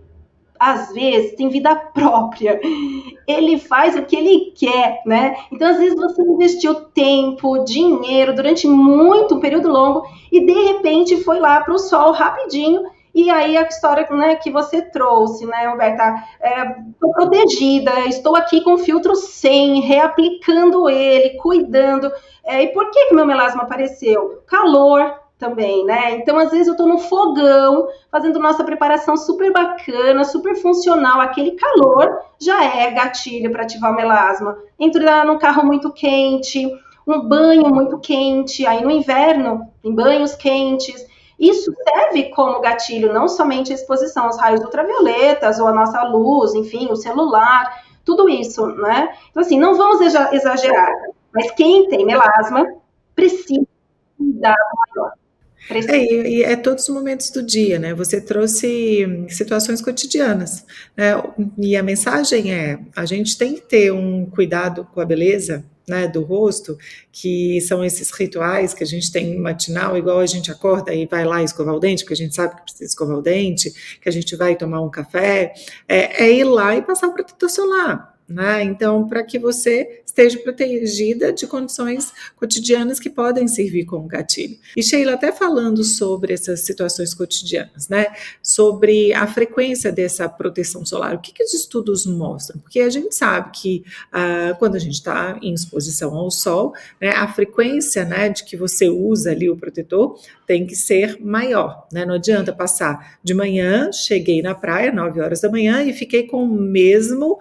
às vezes, tem vida própria. Ele faz o que ele quer, né? Então, às vezes, você investiu tempo, dinheiro, durante muito, um período longo, e, de repente, foi lá para o sol rapidinho. E aí a história, né, que você trouxe, né, Humberta, estou é, protegida, estou aqui com filtro cem, reaplicando ele, cuidando. É, e por que que meu melasma apareceu? Calor também, né? Então, às vezes eu estou no fogão, fazendo nossa preparação super bacana, super funcional, aquele calor já é gatilho para ativar o melasma. Entro num carro muito quente, um banho muito quente, aí no inverno, em banhos quentes. Isso serve como gatilho, não somente a exposição aos raios ultravioletas ou a nossa luz, enfim, o celular, tudo isso, né? Então, assim, não vamos exagerar, mas quem tem melasma precisa cuidar maior. É, e, e é todos os momentos do dia, né? Você trouxe situações cotidianas, né? E a mensagem é, a gente tem que ter um cuidado com a beleza, né, do rosto, que são esses rituais que a gente tem matinal, igual a gente acorda e vai lá escovar o dente, porque a gente sabe que precisa escovar o dente, que a gente vai tomar um café, é, é ir lá e passar o protetor solar, né? Então, para que você esteja protegida de condições cotidianas que podem servir como gatilho. E Sheila, até falando sobre essas situações cotidianas, né, sobre a frequência dessa proteção solar, o que, que os estudos mostram? Porque a gente sabe que ah, quando a gente está em exposição ao sol, né, a frequência, né, de que você usa ali o protetor tem que ser maior, né? Não adianta passar de manhã, cheguei na praia, nove horas da manhã e fiquei com o mesmo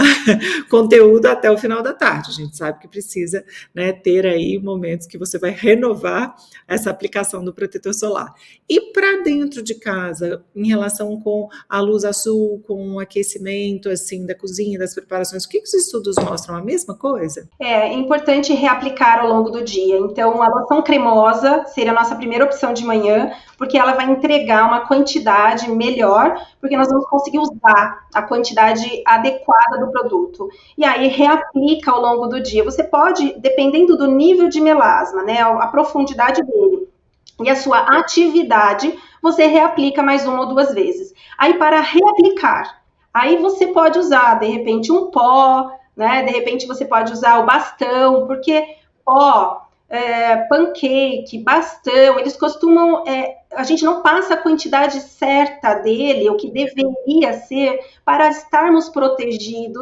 conteúdo até o final da tarde. A gente sabe que precisa, né, ter aí momentos que você vai renovar essa aplicação do protetor solar. E para dentro de casa, em relação com a luz azul, com o aquecimento assim da cozinha, das preparações, o que, que os estudos mostram? A mesma coisa? É, é importante reaplicar ao longo do dia. Então, a loção cremosa seria a nossa primeira opção de manhã, porque ela vai entregar uma quantidade melhor, porque nós vamos conseguir usar a quantidade adequada do produto. E aí, reaplica ao longo do dia. Você pode, dependendo do nível de melasma, né, a profundidade dele e a sua atividade, você reaplica mais uma ou duas vezes. Aí, para reaplicar, aí você pode usar, de repente, um pó, né, de repente você pode usar o bastão, porque pó, é, pancake, bastão, eles costumam, é, a gente não passa a quantidade certa dele, o que deveria ser, para estarmos protegidos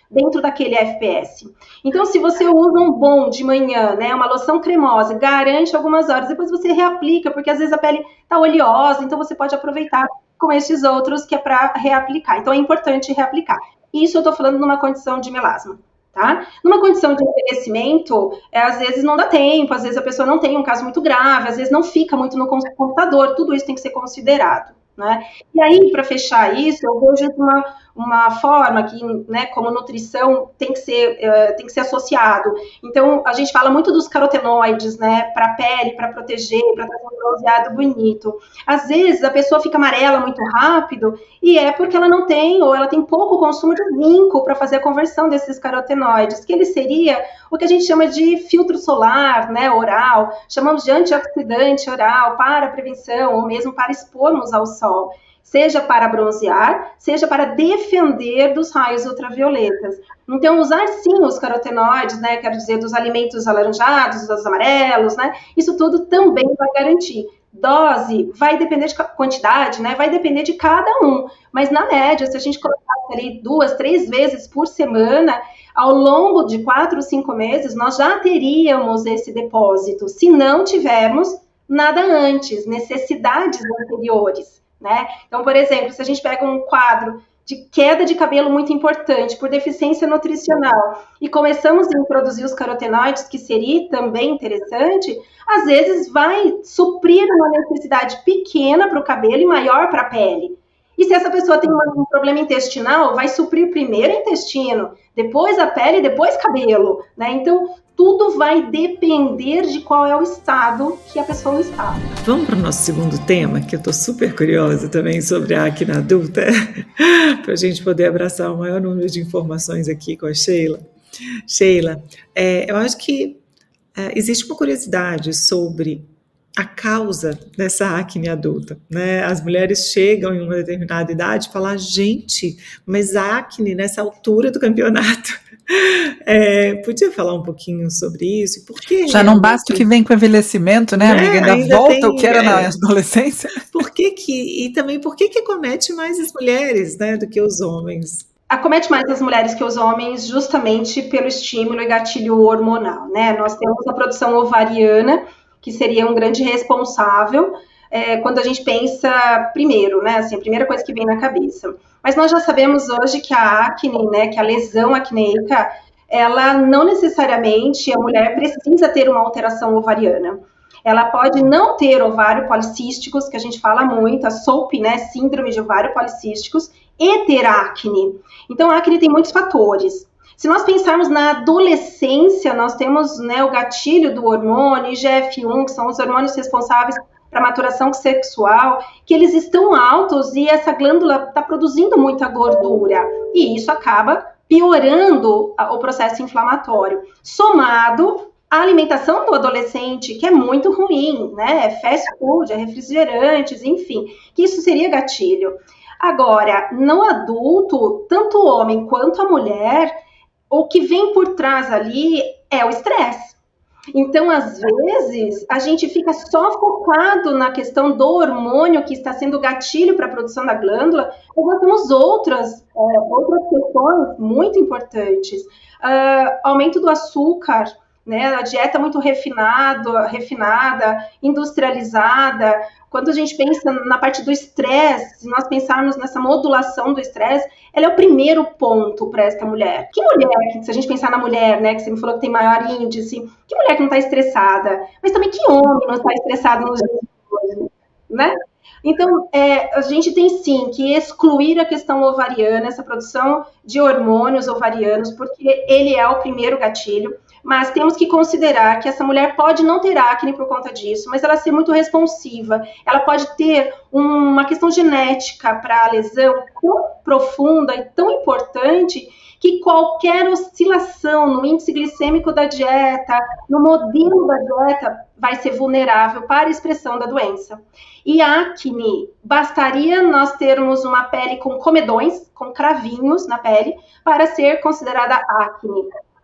dentro daquele F P S. Então, se você usa um bom de manhã, né, uma loção cremosa, garante algumas horas, depois você reaplica, porque às vezes a pele está oleosa, então você pode aproveitar com esses outros que é para reaplicar. Então, é importante reaplicar. Isso eu estou falando numa condição de melasma. Tá? Numa condição de envelhecimento, é, às vezes não dá tempo, às vezes a pessoa não tem um caso muito grave, às vezes não fica muito no computador, tudo isso tem que ser considerado, né? E aí, para fechar isso, eu vejo uma, uma forma que, né, como nutrição, tem que ser, uh, tem que ser associado. Então, a gente fala muito dos carotenoides, né, para a pele, para proteger, para trazer um bronzeado bonito. Às vezes, a pessoa fica amarela muito rápido, e é porque ela não tem, ou ela tem pouco consumo de zinco para fazer a conversão desses carotenoides, que ele seria o que a gente chama de filtro solar, né, oral, chamamos de antioxidante oral para a prevenção, ou mesmo para expormos ao sol, seja para bronzear, seja para defender dos raios ultravioletas. Então, usar sim os carotenoides, né, quero dizer, dos alimentos alaranjados, dos amarelos, né, isso tudo também vai garantir. Dose vai depender de quantidade, né, vai depender de cada um, mas na média, se a gente colocasse ali duas, três vezes por semana, ao longo de quatro, cinco meses, nós já teríamos esse depósito, se não tivermos nada antes, necessidades anteriores, né? Então, por exemplo, se a gente pega um quadro de queda de cabelo muito importante por deficiência nutricional e começamos a introduzir os carotenoides, que seria também interessante, às vezes vai suprir uma necessidade pequena para o cabelo e maior para a pele. E se essa pessoa tem um problema intestinal, vai suprir primeiro o intestino, depois a pele, depois cabelo, né? Então, tudo vai depender de qual é o estado que a pessoa está. Vamos para o nosso segundo tema, que eu estou super curiosa também sobre a acne adulta, para a gente poder abraçar o maior número de informações aqui com a Sheila. Sheila, é, eu acho que é, existe uma curiosidade sobre a causa dessa acne adulta, né? As mulheres chegam em uma determinada idade e falam, gente, mas a acne nessa altura do campeonato. É, podia falar um pouquinho sobre isso? Por que já não basta o que vem com o envelhecimento, né, amiga? Ainda, ainda volta tem, o que era é, na adolescência. Por que que, e também por que que acomete mais as mulheres, né, do que os homens? Acomete mais as mulheres que os homens justamente pelo estímulo e gatilho hormonal, né? Nós temos a produção ovariana, que seria um grande responsável é, quando a gente pensa primeiro, né, assim, a primeira coisa que vem na cabeça. Mas nós já sabemos hoje que a acne, né, que a lesão acneica, ela não necessariamente, a mulher precisa ter uma alteração ovariana. Ela pode não ter ovário policísticos, que a gente fala muito, a S O P, né, síndrome de ovário policísticos, e ter acne. Então, a acne tem muitos fatores. Se nós pensarmos na adolescência, nós temos, né, o gatilho do hormônio I G F um, que são os hormônios responsáveis para a maturação sexual, que eles estão altos e essa glândula está produzindo muita gordura. E isso acaba piorando o processo inflamatório. Somado à alimentação do adolescente, que é muito ruim, né? É fast food, é refrigerantes, enfim, que isso seria gatilho. Agora, no adulto, tanto o homem quanto a mulher, o que vem por trás ali é o estresse. Então, às vezes, a gente fica só focado na questão do hormônio que está sendo gatilho para a produção da glândula, mas nós temos outras, é, outras questões muito importantes. Uh, aumento do açúcar, né, a dieta muito refinado, refinada, industrializada. Quando a gente pensa na parte do estresse, se nós pensarmos nessa modulação do estresse, ela é o primeiro ponto para esta mulher. Que mulher, se a gente pensar na mulher, né, que você me falou que tem maior índice, que mulher que não está estressada? Mas também que homem não está estressado nos dias de hoje, né? Então, é, a gente tem sim que excluir a questão ovariana, essa produção de hormônios ovarianos, porque ele é o primeiro gatilho, mas temos que considerar que essa mulher pode não ter acne por conta disso, mas ela ser muito responsiva, ela pode ter uma questão genética para a lesão tão profunda e tão importante que qualquer oscilação no índice glicêmico da dieta, no modelo da dieta, vai ser vulnerável para a expressão da doença. E acne, bastaria nós termos uma pele com comedões, com cravinhos na pele, para ser considerada acne.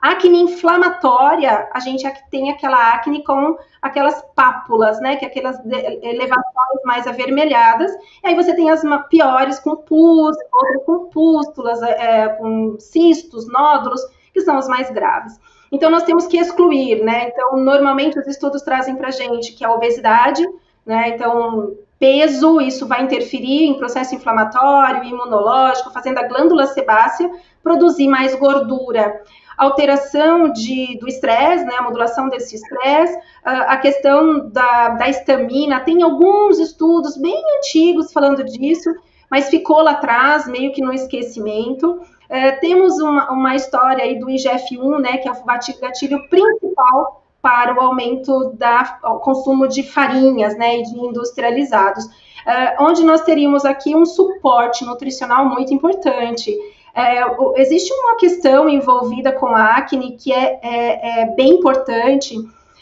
Acne inflamatória, a gente tem aquela acne com aquelas pápulas, né, que é aquelas elevações mais avermelhadas, e aí você tem as piores com pus, outras com pústulas, é, com cistos, nódulos, que são as mais graves. Então, nós temos que excluir, né, então, normalmente os estudos trazem pra gente que a obesidade, né, então, peso, isso vai interferir em processo inflamatório, imunológico, fazendo a glândula sebácea produzir mais gordura. Alteração de, do estresse, né, a modulação desse estresse, a questão da, da histamina, tem alguns estudos bem antigos falando disso, mas ficou lá atrás, meio que no esquecimento. É, temos uma, uma história aí do I G F um, né, que é o gatilho principal para o aumento do consumo de farinhas, né, e de industrializados, é, onde nós teríamos aqui um suporte nutricional muito importante. É, existe uma questão envolvida com a acne que é, é, é bem importante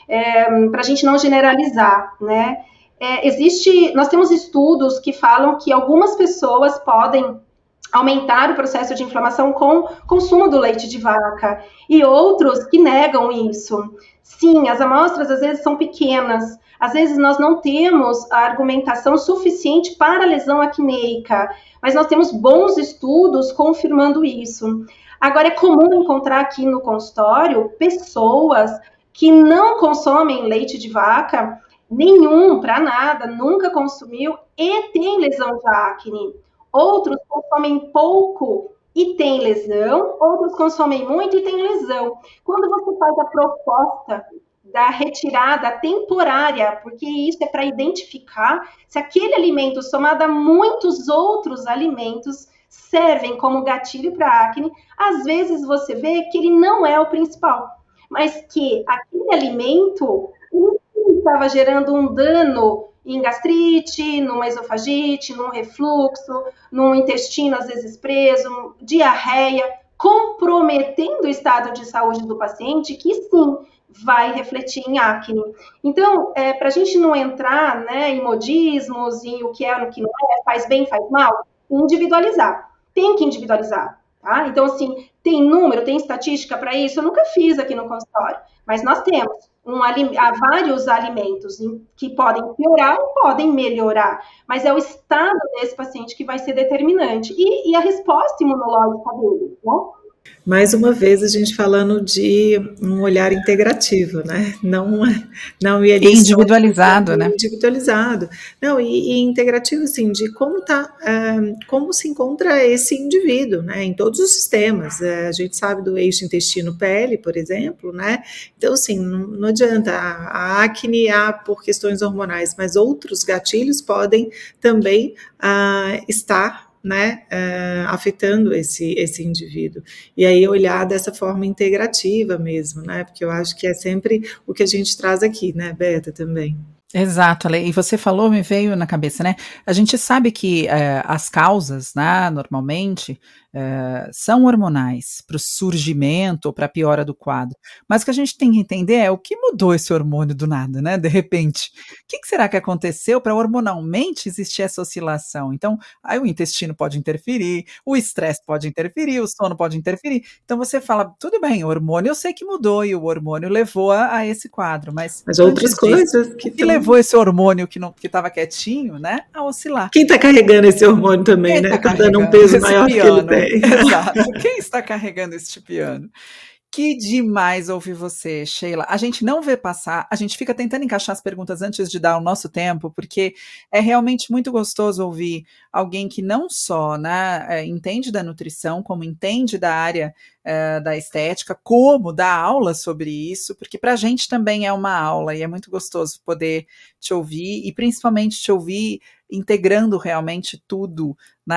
é, para a gente não generalizar, né? É, existe, nós temos estudos que falam que algumas pessoas podem aumentar o processo de inflamação com consumo do leite de vaca e outros que negam isso. Sim, as amostras às vezes são pequenas, às vezes nós não temos a argumentação suficiente para a lesão acneica, mas nós temos bons estudos confirmando isso. Agora, é comum encontrar aqui no consultório pessoas que não consomem leite de vaca nenhum, para nada, nunca consumiu e tem lesão de acne. Outros consomem pouco e tem lesão, outros consomem muito e tem lesão. Quando você faz a proposta da retirada temporária, porque isso é para identificar se aquele alimento, somado a muitos outros alimentos, servem como gatilho para acne, às vezes você vê que ele não é o principal, mas que aquele alimento estava gerando um dano em gastrite, numa esofagite, num refluxo, num intestino às vezes preso, diarreia, comprometendo o estado de saúde do paciente, que sim, vai refletir em acne. Então, é, para a gente não entrar, né, em modismos, em o que é, o que não é, faz bem, faz mal, individualizar. Tem que individualizar, tá? Então, assim, tem número, tem estatística para isso? Eu nunca fiz aqui no consultório, mas nós temos um, há vários alimentos que podem piorar ou podem melhorar, mas é o estado desse paciente que vai ser determinante. E, e a resposta imunológica dele, né? Mais uma vez a gente falando de um olhar integrativo, né? Não, não e individualizado, né? Individualizado. Não, e, e integrativo, assim, de como tá, uh, como se encontra esse indivíduo, né? Em todos os sistemas. Uh, a gente sabe do eixo intestino-pele, por exemplo, né? Então, assim, não, não adianta. A, a acne há por questões hormonais, mas outros gatilhos podem também uh, estar, né, uh, afetando esse, esse indivíduo. E aí olhar dessa forma integrativa mesmo, né, porque eu acho que é sempre o que a gente traz aqui, né, Beta, também. Exato, Ale, e você falou, me veio na cabeça, né, a gente sabe que uh, as causas, né, normalmente, uh, são hormonais, para o surgimento ou para a piora do quadro, mas o que a gente tem que entender é o que mudou esse hormônio do nada, né, de repente, o que, que será que aconteceu para hormonalmente existir essa oscilação? Então, aí o intestino pode interferir, o estresse pode interferir, o sono pode interferir, então você fala, tudo bem, o hormônio eu sei que mudou e o hormônio levou a, a esse quadro, mas... Mas outras coisas disso, que... que levou esse hormônio que não que estava quietinho, né, a oscilar. Quem está carregando esse hormônio também, Quem né? Está tá dando um peso maior piano? Que ele tem. Exato. Quem está carregando este piano? Que demais ouvir você, Sheila. A gente não vê passar, a gente fica tentando encaixar as perguntas antes de dar o nosso tempo, porque é realmente muito gostoso ouvir alguém que não só, né, é, entende da nutrição, como entende da área é, da estética, como dá aula sobre isso, porque para a gente também é uma aula e é muito gostoso poder te ouvir e principalmente te ouvir integrando realmente tudo, né,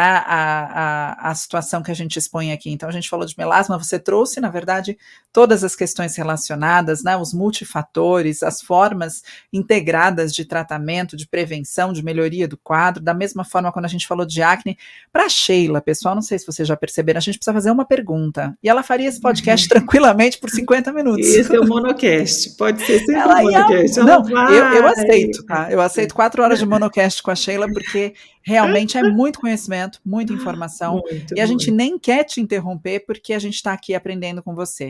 a, a, a situação que a gente expõe aqui. Então a gente falou de melasma, você trouxe, na verdade, todas as questões relacionadas, né, os multifatores, as formas integradas de tratamento, de prevenção, de melhoria do quadro, da mesma forma quando a gente falou de acne. Para Sheila, pessoal, não sei se vocês já perceberam, a gente precisa fazer uma pergunta, e ela faria esse podcast uhum. tranquilamente por cinquenta minutos. Esse é o monocast, pode ser sempre ela o monocast. Ia... Não, eu, eu aceito, tá? Eu aceito quatro horas de monocast com a Sheila, porque realmente é muito conhecimento, muita informação, muito, e a muito. gente nem quer te interromper, porque a gente está aqui aprendendo com você.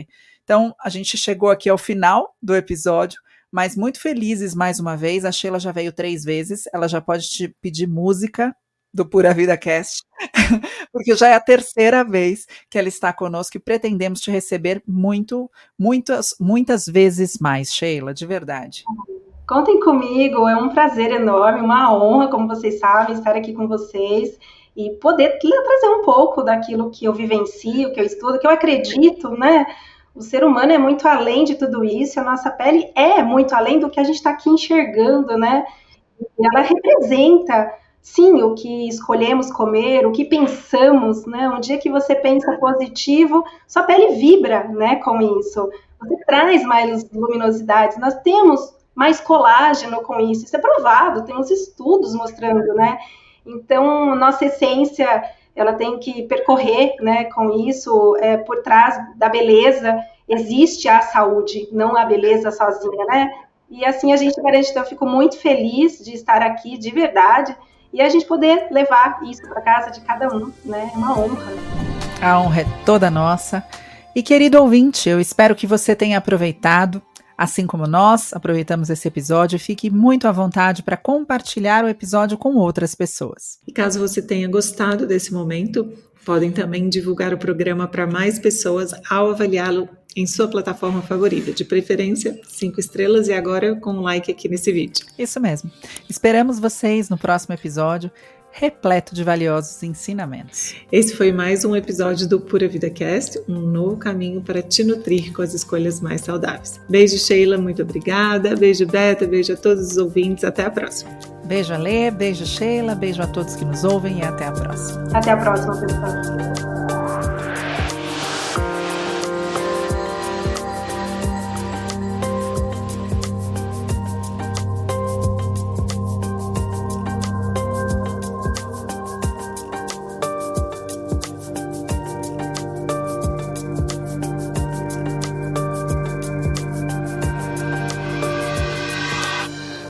Então, a gente chegou aqui ao final do episódio, mas muito felizes mais uma vez. A Sheila já veio três vezes, ela já pode te pedir música do Pura Vida Cast, porque já é a terceira vez que ela está conosco e pretendemos te receber muito, muitas, muitas vezes mais, Sheila, de verdade. Contem comigo, é um prazer enorme, uma honra, como vocês sabem, estar aqui com vocês e poder trazer um pouco daquilo que eu vivencio, que eu estudo, que eu acredito, né? O ser humano é muito além de tudo isso, a nossa pele é muito além do que a gente está aqui enxergando, né? E ela representa, sim, o que escolhemos comer, o que pensamos, né? Um dia que você pensa positivo, sua pele vibra, né, com isso. Você traz mais luminosidade. Nós temos mais colágeno com isso. Isso é provado, temos estudos mostrando, né? Então, nossa essência, ela tem que percorrer, né, com isso, é, por trás da beleza, existe a saúde, não a beleza sozinha, né? E assim a gente garante. Então, eu fico muito feliz de estar aqui, de verdade, e a gente poder levar isso para casa de cada um, né? É uma honra. A honra é toda nossa. E querido ouvinte, eu espero que você tenha aproveitado, assim como nós aproveitamos esse episódio. Fique muito à vontade para compartilhar o episódio com outras pessoas. E caso você tenha gostado desse momento, podem também divulgar o programa para mais pessoas ao avaliá-lo em sua plataforma favorita, de preferência cinco estrelas e agora com um like aqui nesse vídeo. Isso mesmo. Esperamos vocês no próximo episódio, repleto de valiosos ensinamentos. Esse foi mais um episódio do Pura Vida Cast, um novo caminho para te nutrir com as escolhas mais saudáveis. Beijo, Sheila, muito obrigada. Beijo, Beta, beijo a todos os ouvintes. Até a próxima. Beijo, Alê, beijo, Sheila, beijo a todos que nos ouvem e até a próxima. Até a próxima, pessoal.